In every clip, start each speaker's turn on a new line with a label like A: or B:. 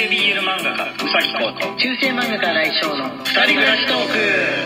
A: 系 BL 漫画家うさぎこと
B: 中世漫画家来翔の
A: 二人暮らしトーク。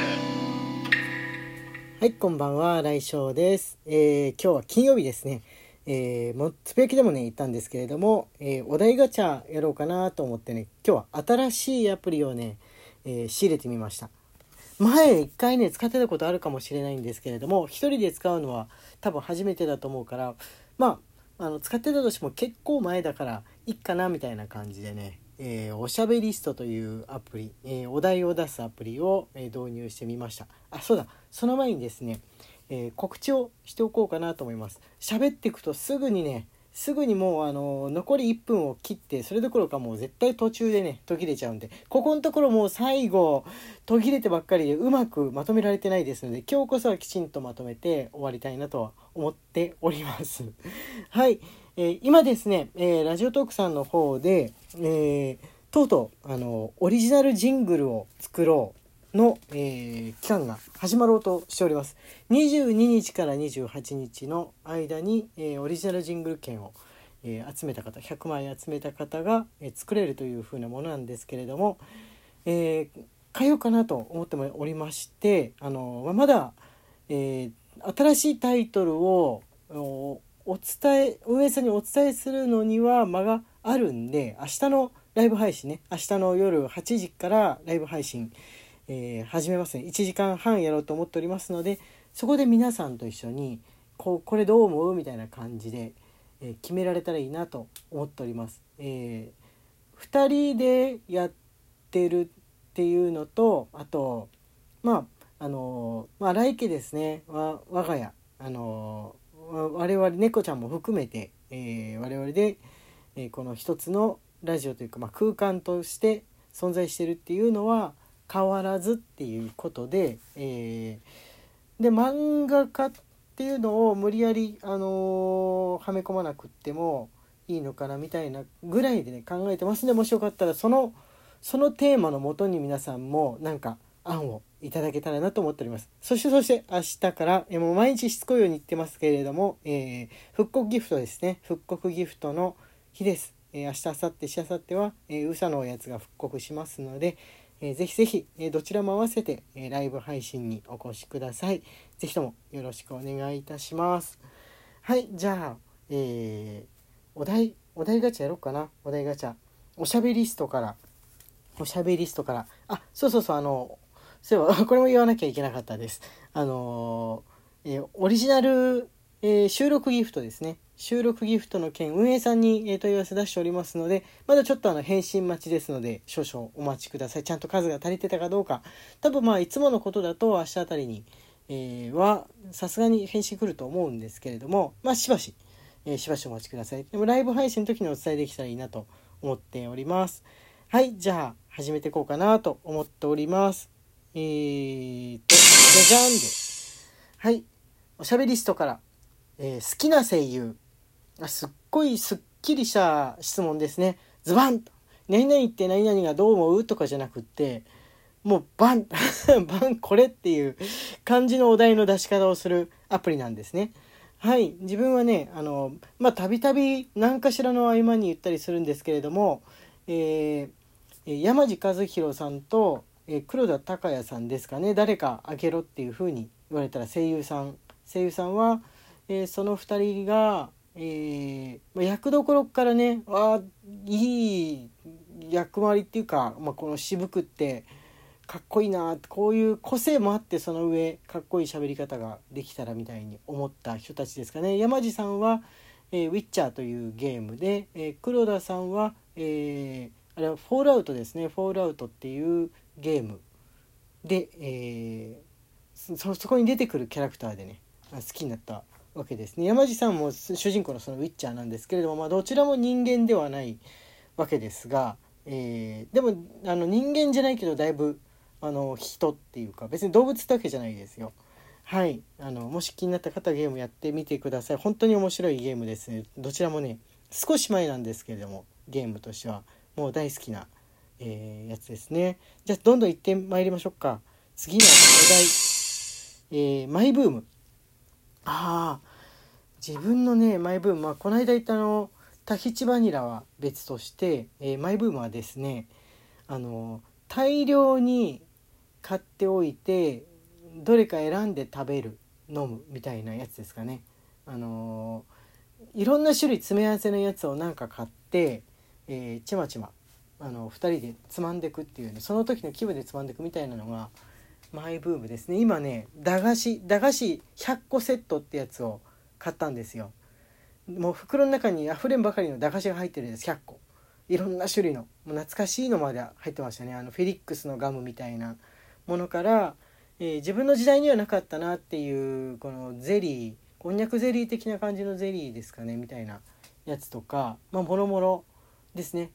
C: はい、こんばんは、来翔です。今日は金曜日ですね。もうつぶやきでもね言ったんですけれども、お題ガチャやろうかなと思ってね、今日は新しいアプリをね、仕入れてみました。前一回ね使ってたことあるかもしれないんですけれども、一人で使うのは多分初めてだと思うから、使ってたとしても結構前だからいいかなみたいな感じでね、おしゃべりストというアプリ、お題を出すアプリを、導入してみました。そうだ、その前にですね、告知をしておこうかなと思います。喋っていくとすぐにもう残り1分を切って、それどころかもう絶対途中でね途切れちゃうんで、ここのところもう最後途切れてばっかりでうまくまとめられてないですので、今日こそはきちんとまとめて終わりたいなとは思っておりますはい、今ですね、ラジオトークさんの方で、とうとうオリジナルジングルを作ろうの、期間が始まろうとしております。22日から28日の間に、オリジナルジングル券を、集めた方、100枚集めた方が、作れるという風なものなんですけれども、変えようかなと思っておりまして、まだ、新しいタイトルを運営さんにお伝えするのには間があるんで、明日のライブ配信ね、明日の夜8時からライブ配信始めますね。1時間半やろうと思っておりますので、そこで皆さんと一緒にこれどう思うみたいな感じで、決められたらいいなと思っております。2人でやってるっていうのと、あと来家ですね、我が家我々猫ちゃんも含めて、我々で、この一つのラジオというか、空間として存在してるっていうのは変わらずっていうことで、で漫画家っていうのを無理やり、はめ込まなくってもいいのかなみたいなぐらいでね考えてますので、もしよかったらそのテーマのもとに皆さんもなんか案をいただけたらなと思っております。そして明日から、もう毎日しつこいように言ってますけれども、復刻ギフトですね、復刻ギフトの日です。明日、明後日、しあさっては、うさのおやつが復刻しますので、ぜひぜひ、どちらも合わせて、ライブ配信にお越しください。ぜひともよろしくお願いいたします。はい、じゃあ、お題ガチャやろうかな。お題ガチャ、おしゃべりストからそういえばこれも言わなきゃいけなかったです。オリジナル、収録ギフトですね。収録ギフトの件、運営さんに、問い合わせ出しておりますので、まだちょっと返信待ちですので、少々お待ちください。ちゃんと数が足りてたかどうか、多分いつものことだと明日あたりに、はさすがに返信来ると思うんですけれども、しばしお待ちください。でもライブ配信の時にお伝えできたらいいなと思っております。はい、じゃあ始めていこうかなと思っております。じゃじゃんで、はい、おしゃべりストから、好きな声優、すっごいすっきりした質問ですね。ズバンと、何々って何々がどう思うとかじゃなくって、もうバンバンこれっていう感じのお題の出し方をするアプリなんですね。はい、自分はねたびたび何かしらの合間に言ったりするんですけれども、山地和弘さんと、黒田孝也さんですかね、誰かあげろっていう風に言われたら声優さんは、その2人が、役どころからね、いい役回りっていうか、この渋くってかっこいいな、こういう個性もあって、その上かっこいい喋り方ができたらみたいに思った人たちですかね。山地さんは、ウィッチャーというゲームで、黒田さんは、あれはフォールアウトですね。フォールアウトっていうゲームで、そこに出てくるキャラクターでね好きになったわけですね。山地さんも主人公のそのウィッチャーなんですけれども、どちらも人間ではないわけですが、でも人間じゃないけどだいぶ人っていうか、別に動物ってわけじゃないですよ。はい、もし気になった方はゲームやってみてください。本当に面白いゲームですね。どちらもね少し前なんですけれども、ゲームとしてはもう大好きな、やつですね。じゃあどんどん行ってまいりましょうか。次のお題、マイブーム。自分のねマイブーム、この間言ったタヒチバニラは別として、マイブームはですね、大量に買っておいてどれか選んで食べる飲むみたいなやつですかね。いろんな種類詰め合わせのやつをなんか買って、ちまちま2人でつまんでくっていうね、その時の気分でつまんでくみたいなのがマイブームですね。今ね、駄菓子100個セットってやつを買ったんですよ。もう袋の中に溢れんばかりの駄菓子が入ってるんです。100個、いろんな種類の、もう懐かしいのまで入ってましたね。フェリックスのガムみたいなものから、自分の時代にはなかったなっていうこのゼリー、こんにゃくゼリー的な感じのゼリーですかねみたいなやつとか、もろもろですね。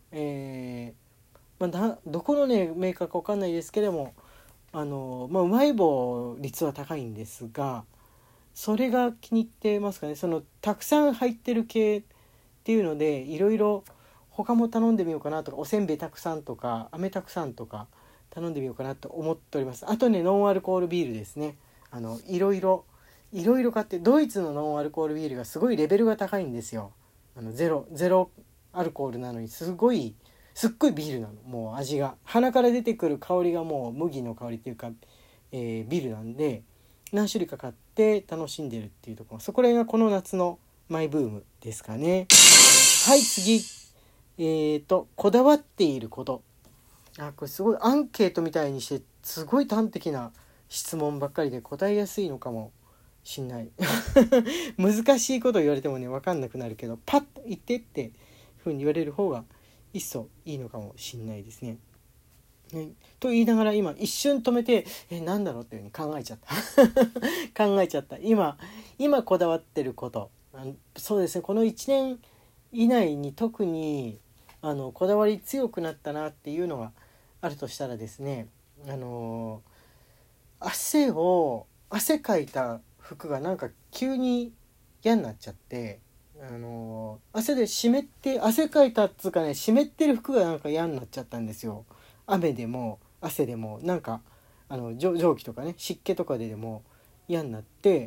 C: どこのねメーカーか分かんないですけれども、うまい棒率は高いんですが、それが気に入ってますかね。そのたくさん入ってる系っていうので、いろいろ他も頼んでみようかなとか、おせんべいたくさんとか飴たくさんとか頼んでみようかなと思っております。あとね、ノンアルコールビールですね。いろいろ買って、ドイツのノンアルコールビールがすごいレベルが高いんですよ。ゼロアルコールなのにすっごいビールなの。もう味が鼻から出てくる香りがもう麦の香りっていうか、ビールなんで、何種類か買って楽しんでるっていうところ、そこら辺がこの夏のマイブームですかね。はい、次。こだわっていること。これすごいアンケートみたいにしてすごい端的な質問ばっかりで答えやすいのかもしんない難しいこと言われてもね分かんなくなるけど、パッと言ってってふうに言われる方が一層いいのかもしんないですね。と言いながら今一瞬止めてなんだろうっていう風に考えちゃった今こだわってること、そうですね、この1年以内に特にこだわり強くなったなっていうのがあるとしたらですね、汗かいた服がなんか急に嫌になっちゃって、汗かいたっつうかね、湿ってる服がなんか嫌になっちゃったんですよ。雨でも汗でもなんか蒸気とかね、湿気とかでも嫌になって、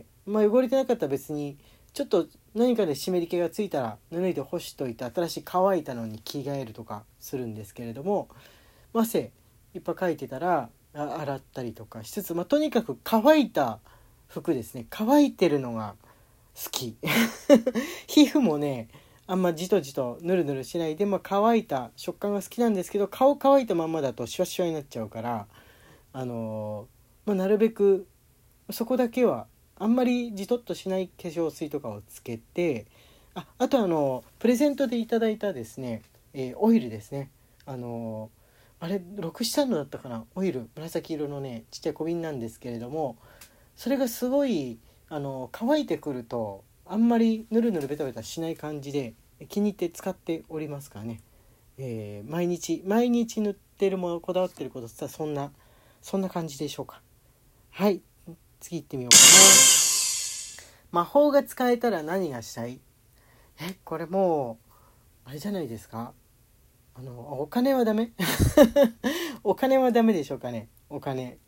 C: 汚れてなかったら別にちょっと何かで湿り気がついたら脱いで干しといて、新しい乾いたのに着替えるとかするんですけれども、汗いっぱいかいてたら洗ったりとかしつつ、とにかく乾いた服ですね。乾いてるのが好き皮膚もねあんまじとじとぬるぬるしないで、乾いた食感が好きなんですけど、顔乾いたまんまだとシュワシュワになっちゃうから、なるべくそこだけはあんまりじとっとしない化粧水とかをつけて、あとプレゼントでいただいたですね、オイルですね。あれ6,7のだったかな、オイル紫色のねちっちゃい小瓶なんですけれども、それがすごい乾いてくるとあんまりぬるぬるベタベタしない感じで気に入って使っておりますからね。毎日塗ってるもの、こだわってることってそんな感じでしょうか。はい、次行ってみようかな。魔法が使えたら何がしたい？これもうあれじゃないですか。お金はダメお金はダメでしょうかね。お金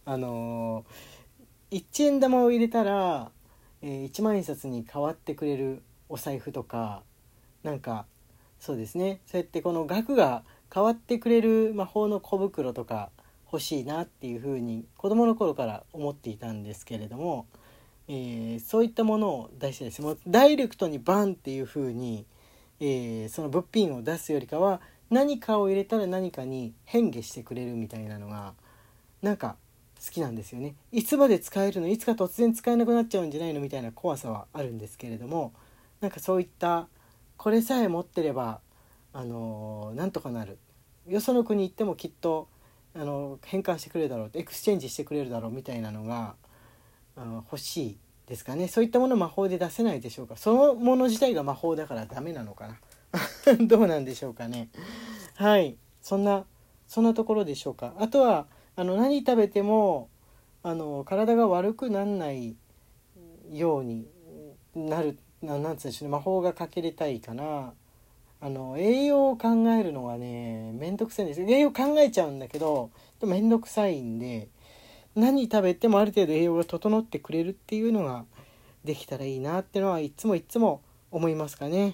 C: 1円玉を入れたら、1万円札に変わってくれるお財布とか、なんかそうですね、そうやってこの額が変わってくれる魔法の小袋とか欲しいなっていうふうに子供の頃から思っていたんですけれども、そういったものを出してですね、もうダイレクトにバンっていうふうに、その物品を出すよりかは、何かを入れたら何かに変化してくれるみたいなのがなんか好きなんですよね。いつまで使えるの、いつか突然使えなくなっちゃうんじゃないのみたいな怖さはあるんですけれども、なんかそういったこれさえ持ってればなんとかなる、よその国行ってもきっと変換してくれるだろう、エクスチェンジしてくれるだろうみたいなのが欲しいですかね。そういったもの魔法で出せないでしょうか。そのもの自体が魔法だからダメなのかなどうなんでしょうかね。はい、そんなところでしょうか。あとは何食べても体が悪くならないようになる、なんつうんでしょうね、魔法がかけれたいかな。栄養を考えるのがねめんどくさいんですよ。栄養考えちゃうんだけどでもめんどくさいんで、何食べてもある程度栄養が整ってくれるっていうのができたらいいなっていうのはいつも思いますかね。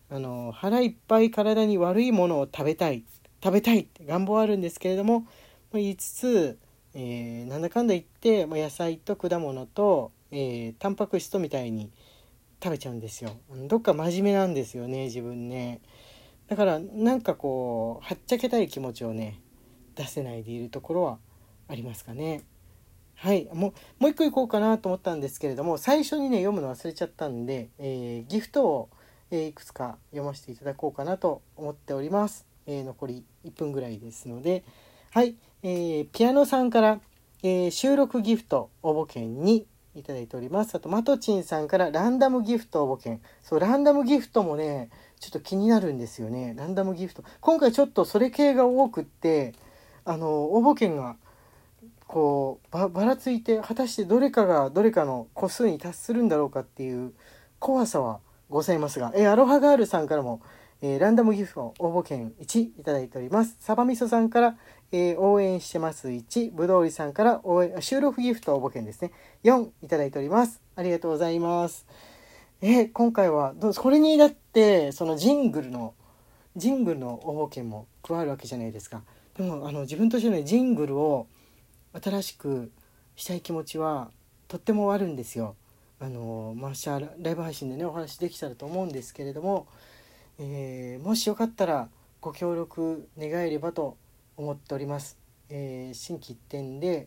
C: 腹いっぱい体に悪いものを食べたいって願望はあるんですけれども、言いつつ、なんだかんだ言って、野菜と果物と、タンパク質とみたいに食べちゃうんですよ。どっか真面目なんですよね、自分ね。だからなんかこうはっちゃけたい気持ちをね出せないでいるところはありますかね。はい、もう一個いこうかなと思ったんですけれども、最初にね読むの忘れちゃったんで、ギフトを、いくつか読ませていただこうかなと思っております。残り1分ぐらいですので、はい、ピアノさんから、収録ギフト応募券にいただいております。あとマトチンさんからランダムギフト応募券。そう、ランダムギフトもねちょっと気になるんですよね。ランダムギフト今回ちょっとそれ系が多くって、応募券がこうばらついて、果たしてどれかがどれかの個数に達するんだろうかっていう怖さはございますが、アロハガールさんからも、ランダムギフト応募券1いただいております。サバミソさんから、応援してます1、ぶどうりさんから収録ギフト応募券ですね4いただいております。ありがとうございます。今回はこれにだってそのジングルの応募券も加わるわけじゃないですか。でも自分としてねジングルを新しくしたい気持ちはとってもあるんですよ。ライブ配信でねお話できたらと思うんですけれども、もしよかったらご協力願えればと思っております。心機一転で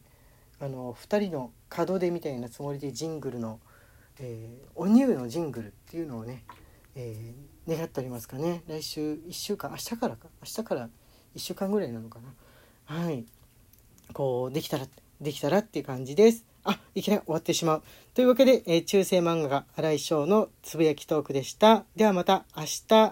C: 2人の門出みたいなつもりでジングルの、おニューのジングルっていうのをね、願っておりますかね。来週1週間明日から1週間ぐらいなのかな。はい、こうできたらっていう感じです。いきなり終わってしまうというわけで、中世漫画家新井翔のつぶやきトークでした。ではまた明日。